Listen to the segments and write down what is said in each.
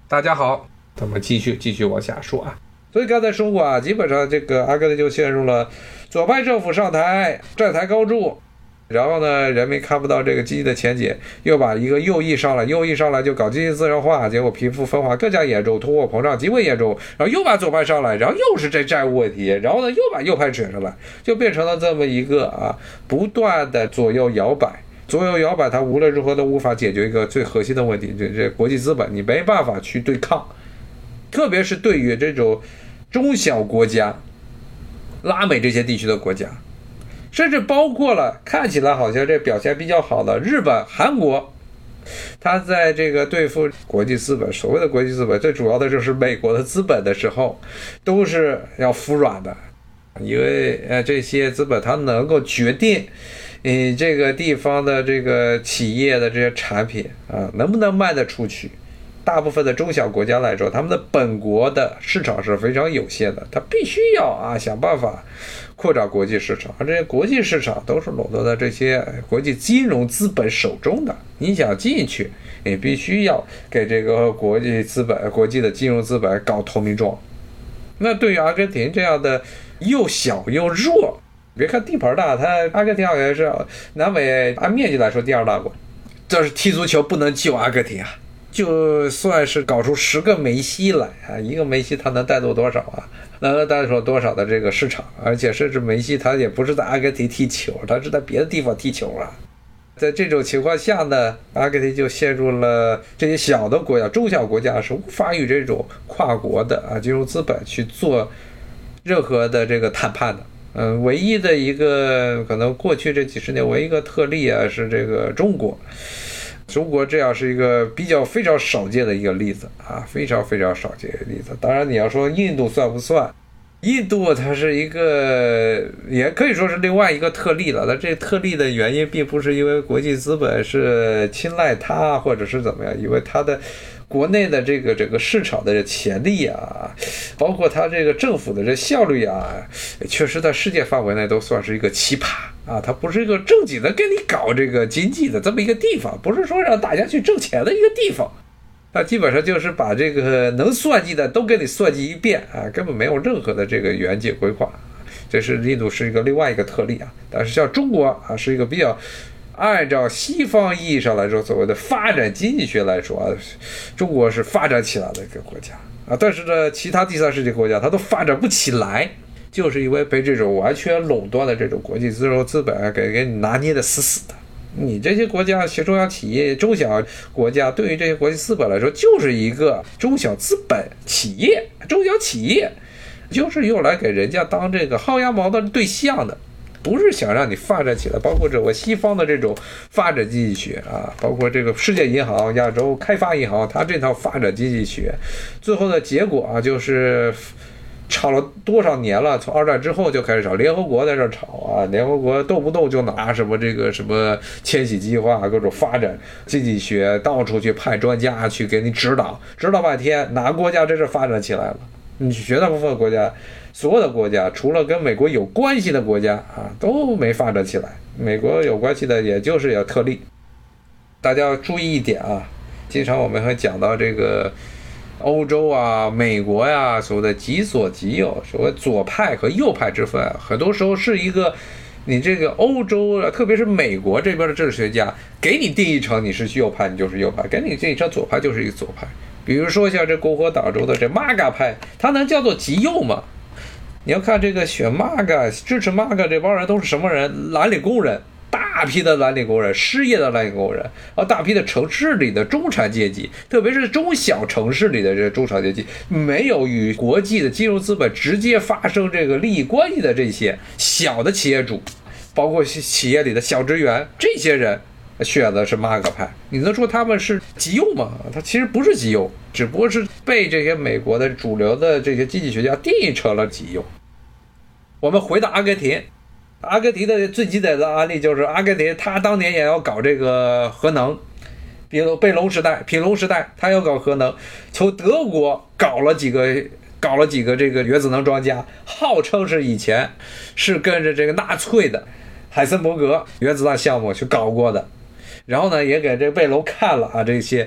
大家好，咱们继续往下说啊。所以刚才说过啊，基本上这个阿根廷就陷入了左派政府上台，站台高筑，然后呢，人民看不到这个经济的前景，又把一个右翼上来就搞经济自由化，结果贫富分化更加严重，通货膨胀极为严重，然后又把左派上来，然后又是这债务问题，然后呢又把右派扯上来，就变成了这么一个不断的左右摇摆，它无论如何都无法解决一个最核心的问题，这国际资本你没办法去对抗，特别是对于这种中小国家，拉美这些地区的国家，甚至包括了看起来好像这表现比较好的日本、韩国，他在这个对付国际资本，所谓的国际资本最主要的就是美国的资本的时候，都是要服软的，因为这些资本它能够决定这个地方的这个企业的这些产品能不能卖得出去。大部分的中小国家来说，他们的本国的市场是非常有限的，他必须要想办法扩展国际市场，而这些国际市场都是垄断在这些国际金融资本手中的。你想进去，也必须要给这个国际资本、国际的金融资本搞投名状。那对于阿根廷这样的又小又弱，别看地盘大，阿根廷好像是南美按面积来说第二大国，这是踢足球不能救阿根廷啊！就算是搞出10个梅西来一个梅西他能带动多少能带动多少的这个市场，而且甚至梅西他也不是在阿根廷踢球，他是在别的地方踢球在这种情况下呢，阿根廷就陷入了这些小的国家、中小国家是无法与这种跨国的金融资本去做任何的这个谈判的。唯一的一个可能过去这几十年唯一一个特例是这个中国这样是一个非常少见的一个例子非常非常少见的例子。当然你要说印度算不算，印度它是一个也可以说是另外一个特例了，但这特例的原因并不是因为国际资本是青睐它或者是怎么样，因为它的国内的这个整个市场的潜力包括它这个政府的这效率确实在世界范围内都算是一个奇葩它不是一个正经的跟你搞这个经济的这么一个地方，不是说让大家去挣钱的一个地方，它基本上就是把这个能算计的都给你算计一遍根本没有任何的这个远景规划。这是印度是一个另外一个特例但是像中国是一个比较按照西方意义上来说，所谓的发展经济学来说中国是发展起来的一个国家但是呢，其他第三世界国家它都发展不起来，就是因为被这种完全垄断的这种国际资本给你拿捏的死死的。你这些国家中小企业、中小国家对于这些国际资本来说，就是一个中小资本企业、中小企业，就是用来给人家当这个薅羊毛的对象的。不是想让你发展起来，包括这个西方的这种发展经济学包括这个世界银行、亚洲开发银行，它这套发展经济学，最后的结果就是吵了多少年了，从2战之后就开始吵，联合国在这吵联合国动不动就拿什么这个什么迁徙计划、各种发展经济学，到处去派专家去给你指导半天，哪个国家真是发展起来了？你绝大部分国家，所有的国家除了跟美国有关系的国家都没发展起来，美国有关系的也就是有特例。大家要注意一点经常我们会讲到这个欧洲美国所谓的极左极右，所谓左派和右派之分很多时候是一个你这个欧洲特别是美国这边的政治学家给你定义成你是右派，你就是右派，给你定义成左派就是一个左派。比如说像这共和党州的这 MAGA 派，它能叫做极右吗？你要看这个选 MAGA 支持 MAGA 这帮人都是什么人？蓝领工人，大批的蓝领工人，失业的蓝领工人大批的城市里的中产阶级，特别是中小城市里的这中产阶级，没有与国际的金融资本直接发生这个利益关系的这些小的企业主，包括企业里的小职员，这些人选的是 MAGA 派，你能说他们是极右吗？他其实不是极右，只不过是被这些美国的主流的这些经济学家定义成了极右。我们回到阿根廷，阿根廷的最基本的案例就是阿根廷他当年也要搞这个核能，比如品隆时代他要搞核能，从德国搞了几个这个原子能专家，号称是以前是跟着这个纳粹的海森伯格原子弹项目去搞过的，然后呢也给这贝隆看了这些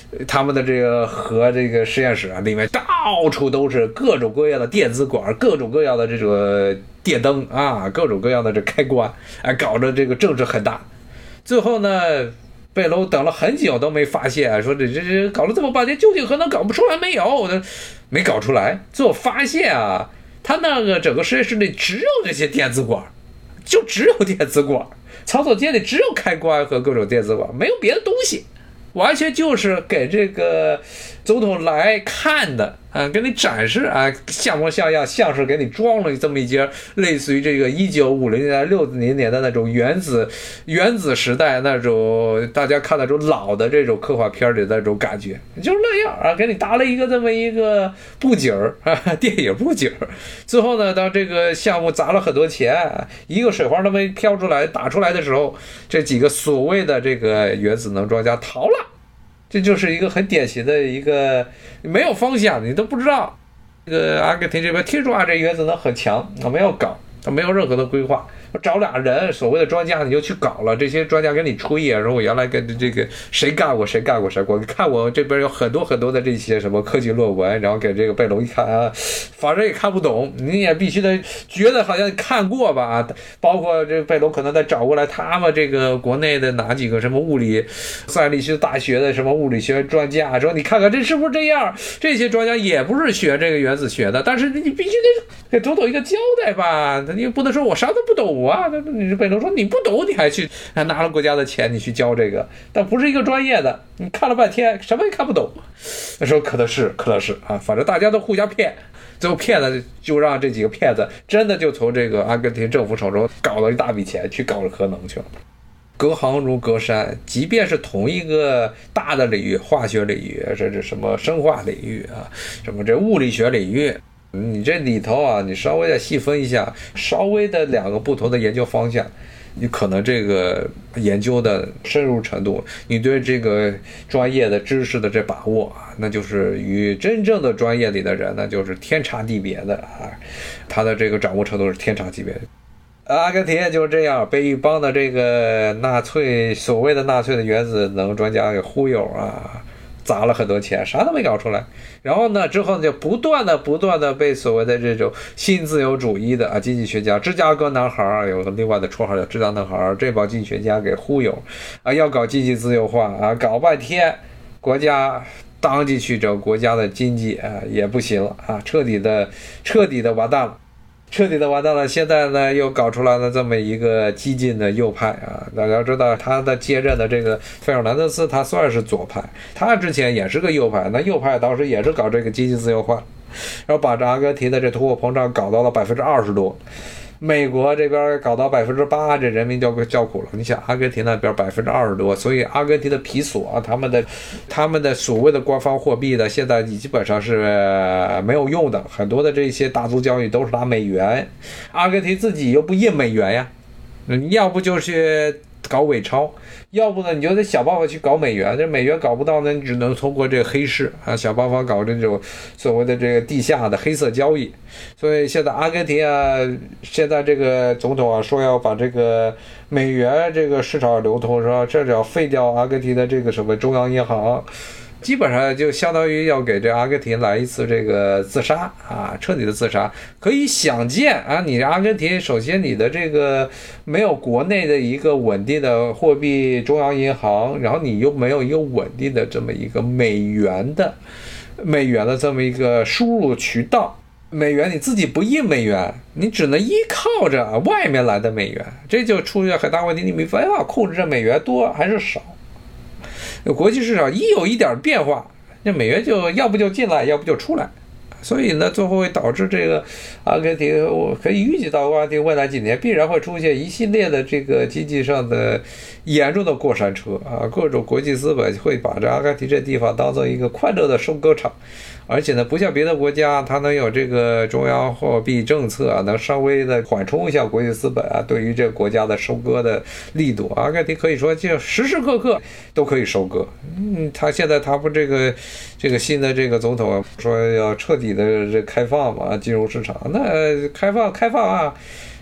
他们的这个核这个实验室啊，里面到处都是各种各样的电子管，各种各样的这个电灯啊，各种各样的这开关，哎，搞得这个争执很大。最后呢，贝楼等了很久都没发现，说这搞了这么半天，究竟核能搞不出来没有？没搞出来。最后发现啊，他那个整个实验室里只有这些电子管，就只有电子管，操作间里只有开关和各种电子管，没有别的东西。完全就是给这个总统来看的啊，给你展示啊，像模像样，像是给你装了这么一节类似于这个1950年代、60年代那种原子时代那种大家看那种老的这种科幻片里的那种感觉，就是那样啊，给你搭了一个这么一个布景啊，电影布景。最后呢，当这个项目砸了很多钱，一个水花都没飘出来打出来的时候，这几个所谓的这个原子能专家逃了。这就是一个很典型的一个没有方向，你都不知道。这个阿根廷这边听说这原子能很强，他没有搞，他没有任何的规划，找俩人所谓的专家你就去搞了，这些专家跟你吹啊，说我原来跟这个谁干过，看我这边有很多很多的这些什么科技论文，然后给这个贝隆一看啊，反正也看不懂，你也必须得觉得好像看过吧，包括这个贝隆可能再找过来他们这个国内的哪几个什么三里区大学的什么物理学专家，说你看看这是不是这样，这些专家也不是学这个原子学的，但是你必须得给总统一个交代吧，你不能说我啥都不懂啊，你贝隆说你不懂你还去拿了国家的钱你去教这个，但不是一个专业的，你看了半天什么也看不懂。那时候可能是啊，反正大家都互相骗，最后骗子就让这几个骗子真的就从这个阿根廷政府手中搞了一大笔钱去搞了核能去了。隔行如隔山，即便是同一个大的领域，化学领域，甚至什么生化领域啊，什么这物理学领域，你这里头啊，你稍微的细分一下，稍微的两个不同的研究方向，你可能这个研究的深入程度，你对这个专业的知识的这把握啊，那就是与真正的专业里的人那就是天差地别的啊，他的这个掌握程度是天差地别的。阿根廷就是这样被一帮的这个所谓的纳粹的原子能专家给忽悠啊，砸了很多钱，啥都没搞出来。然后呢，之后就不断的被所谓的这种新自由主义的经济学家，芝加哥男孩有个另外的绰号叫芝加哥男孩，这帮经济学家给忽悠啊，要搞经济自由化啊，搞半天国家当进去，这国家的经济啊也不行了啊，彻底的完蛋了。现在呢又搞出来了这么一个激进的右派啊！大家知道他的接任的这个费尔南德斯，他算是左派，他之前也是个右派，那右派当时也是搞这个经济自由化，然后把这阿根廷的这通货膨胀搞到了20%多。美国这边搞到8%，这人民就叫苦了。你想阿根廷那边20%多，所以阿根廷的比索啊，他们的所谓的官方货币呢，现在基本上是没有用的，很多的这些大宗交易都是拿美元，阿根廷自己又不印美元呀，你要不就去搞伪钞，要不呢你就得想办法去搞美元，这美元搞不到呢，你只能通过这个黑市啊，想办法搞这种所谓的这个地下的黑色交易。所以现在阿根廷啊，现在这个总统啊说要把这个美元这个市场流通，说这要废掉阿根廷的这个什么中央银行，基本上就相当于要给这阿根廷来一次这个自杀啊，彻底的自杀。可以想见啊，你阿根廷首先你的这个没有国内的一个稳定的货币中央银行，然后你又没有一个稳定的这么一个美元的这么一个输入渠道。美元你自己不印美元，你只能依靠着外面来的美元，这就出现很大问题，你没办法控制这美元多还是少。国际市场一有一点变化，这美元就要不就进来，要不就出来，所以呢，最后会导致这个阿根廷，我可以预计到阿根廷未来几年必然会出现一系列的这个经济上的严重的过山车啊，各种国际资本会把这阿根廷这地方当做一个快乐的收割场。而且呢，不像别的国家，它能有这个中央货币政策，能稍微的缓冲一下国际资本啊对于这个国家的收割的力度。阿根廷可以说就时时刻刻都可以收割。他现在他不这个新的这个总统说要彻底的这开放嘛，金融市场，那开放啊。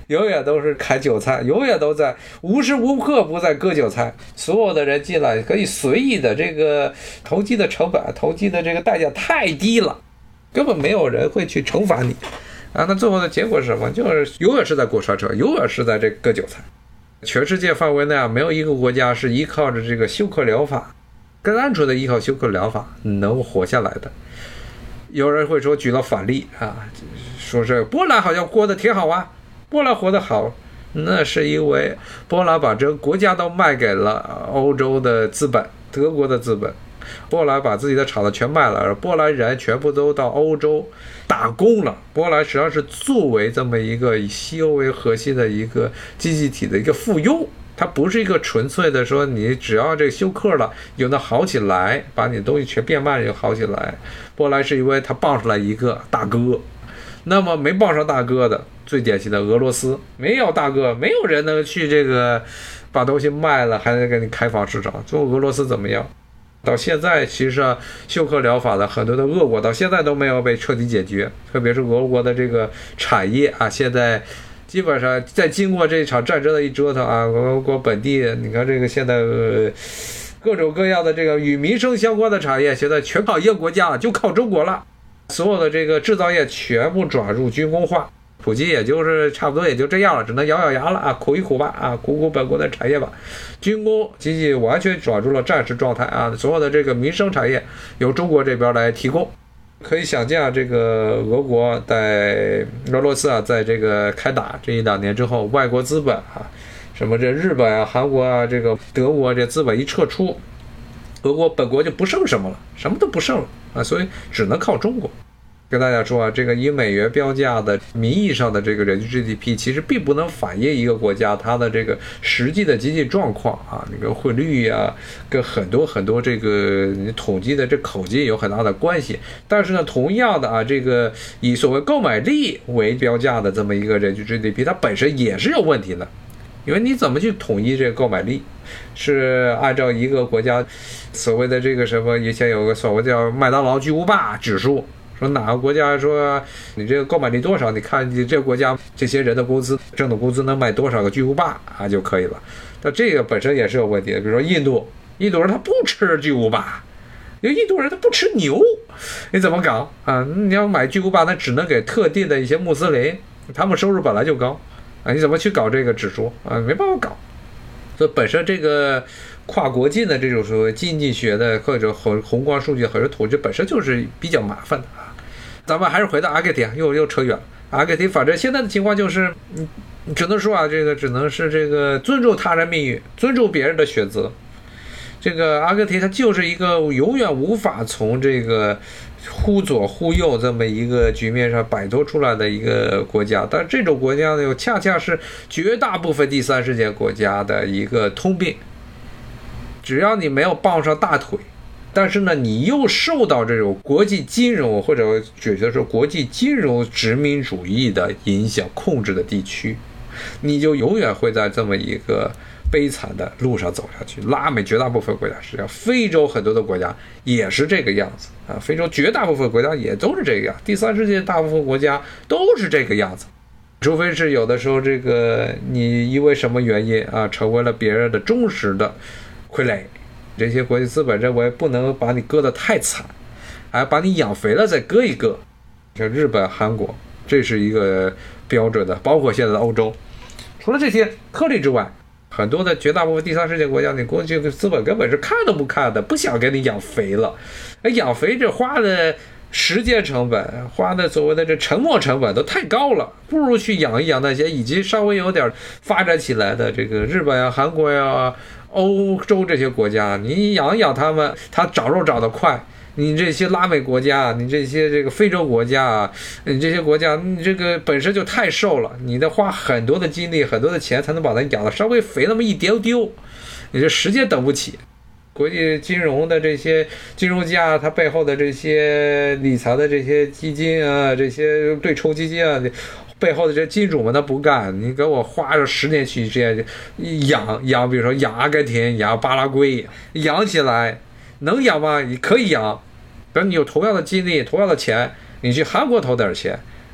永远都是砍韭菜，永远都在无时无刻不在割韭菜。所有的人进来可以随意的这个投机的成本、投机的这个代价太低了，根本没有人会去惩罚你啊。那最后的结果是什么？就是永远是在过山车，永远是在这割韭菜。全世界范围内没有一个国家是依靠着这个休克疗法，单纯的依靠休克疗法能活下来的。有人会说举了反例啊，说是波兰好像过得挺好啊，波兰活得好，那是因为波兰把这个国家都卖给了欧洲的资本，德国的资本。波兰把自己的厂子全卖了，波兰人全部都到欧洲打工了。波兰实际上是作为这么一个以西欧为核心的一个经济体的一个附庸，它不是一个纯粹的说你只要这个休克了有能好起来，把你的东西全变卖就好起来。波兰是因为它傍上来一个大哥，那么没傍上大哥的最典型的俄罗斯，没有大哥，没有人能去这个把东西卖了还能给你开放市场。最后俄罗斯怎么样？到现在其实休克疗法的很多的恶果到现在都没有被彻底解决，特别是俄国的这个产业啊，现在基本上在经过这场战争的一折腾啊，俄国本地你看这个现在各种各样的这个与民生相关的产业现在全靠一个国家了，就靠中国了。所有的这个制造业全部转入军工化，普京也就是差不多也就这样了，只能咬咬牙了啊，苦一苦吧啊，苦苦本国的产业吧。军工经济完全转入了战时状态啊，所有的这个民生产业由中国这边来提供。可以想象，这个俄罗斯在这个开打这1-2年之后，外国资本啊，什么这日本啊、韩国啊、这个德国这资本一撤出，俄国本国就不剩什么了，什么都不剩了啊，所以只能靠中国。跟大家说啊，这个以美元标价的名义上的这个人均 GDP 其实并不能反映一个国家它的这个实际的经济状况啊，那个汇率啊，跟很多这个统计的这口径有很大的关系。但是呢，同样的啊，这个以所谓购买力为标价的这么一个人均 GDP， 它本身也是有问题的，因为你怎么去统一这个购买力？是按照一个国家所谓的这个什么，以前有个所谓叫麦当劳巨无霸指数。说哪个国家说你这个购买力多少，你看你这个国家这些人的工资挣的工资能买多少个巨无霸啊就可以了。但这个本身也是有问题的，比如说印度人他不吃巨无霸，因为印度人他不吃牛，你怎么搞啊？你要买巨无霸那只能给特定的一些穆斯林，他们收入本来就高啊，你怎么去搞这个指数啊？没办法搞。所以本身这个跨国境的这种所谓经济学的或者宏观数据或者统计本身就是比较麻烦的啊。咱们还是回到阿根廷，又扯远了。阿根廷反正现在的情况就是，只能说啊，这个只能是这个尊重他人命运，尊重别人的选择。这个阿根廷它就是一个永远无法从这个忽左忽右这么一个局面上摆脱出来的一个国家，但这种国家呢，又恰恰是绝大部分第三世界国家的一个通病。只要你没有抱上大腿，但是呢，你又受到这种国际金融或者准确说国际金融殖民主义的影响控制的地区，你就永远会在这么一个悲惨的路上走下去。拉美绝大部分国家是这样，非洲很多的国家也是这个样子啊，非洲绝大部分国家也都是这个样，第三世界大部分国家都是这个样子。除非是有的时候这个你因为什么原因啊，成为了别人的忠实的傀儡，这些国际资本认为不能把你割得太惨，还把你养肥了再割一割。像日本、韩国，这是一个标准的，包括现在的欧洲。除了这些特例之外，很多的绝大部分第三世界国家，你过去的资本根本是看都不看的，不想给你养肥了。养肥这花的时间成本，花的所谓的这沉没成本都太高了，不如去养一养那些已经稍微有点发展起来的这个日本呀、韩国呀、欧洲这些国家，你养一养他们，他长肉长得快。你这些拉美国家，你这些这个非洲国家，你这些国家，你这个本身就太瘦了，你得花很多的精力、很多的钱才能把它养得稍微肥那么一丢丢，你这时间等不起。国际金融的这些金融家，他背后的这些理财的这些基金啊，这些对冲基金啊，背后的这金主们他不干，你给我花了10年去这样养，比如说养阿根廷、养巴拉圭，养起来能养吗？你可以养，等你有同样的精力、同样的钱，你去韩国投点钱，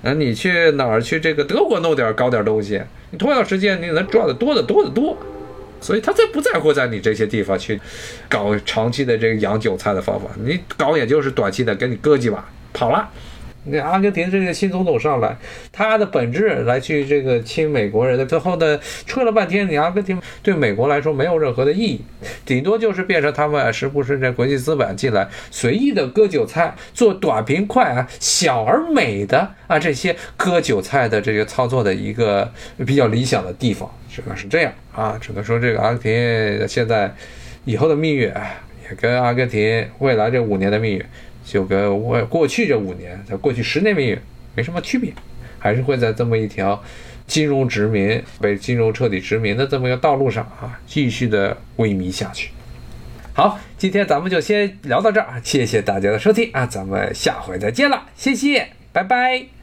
你去哪儿去这个德国弄点搞点东西，你同样时间你能赚的多得多得多。所以他不在乎在你这些地方去搞长期的这个养韭菜的方法，你搞也就是短期的给你割几把跑了。那阿根廷这个新总统上来，他的本质来去这个亲美国人的，最后呢吹了半天，你阿根廷对美国来说没有任何的意义，顶多就是变成他们时不时这国际资本进来随意的割韭菜，做短平快小而美的这些割韭菜的这个操作的一个比较理想的地方，只能是这样只能说这个阿根廷现在以后的命运也跟阿根廷未来这5年的命运就跟过去这5年在过去10年命运没什么区别，还是会在这么一条金融殖民被金融彻底殖民的这么一个道路上继续的萎靡下去。好，今天咱们就先聊到这儿，谢谢大家的收听咱们下回再见了，谢谢，拜拜。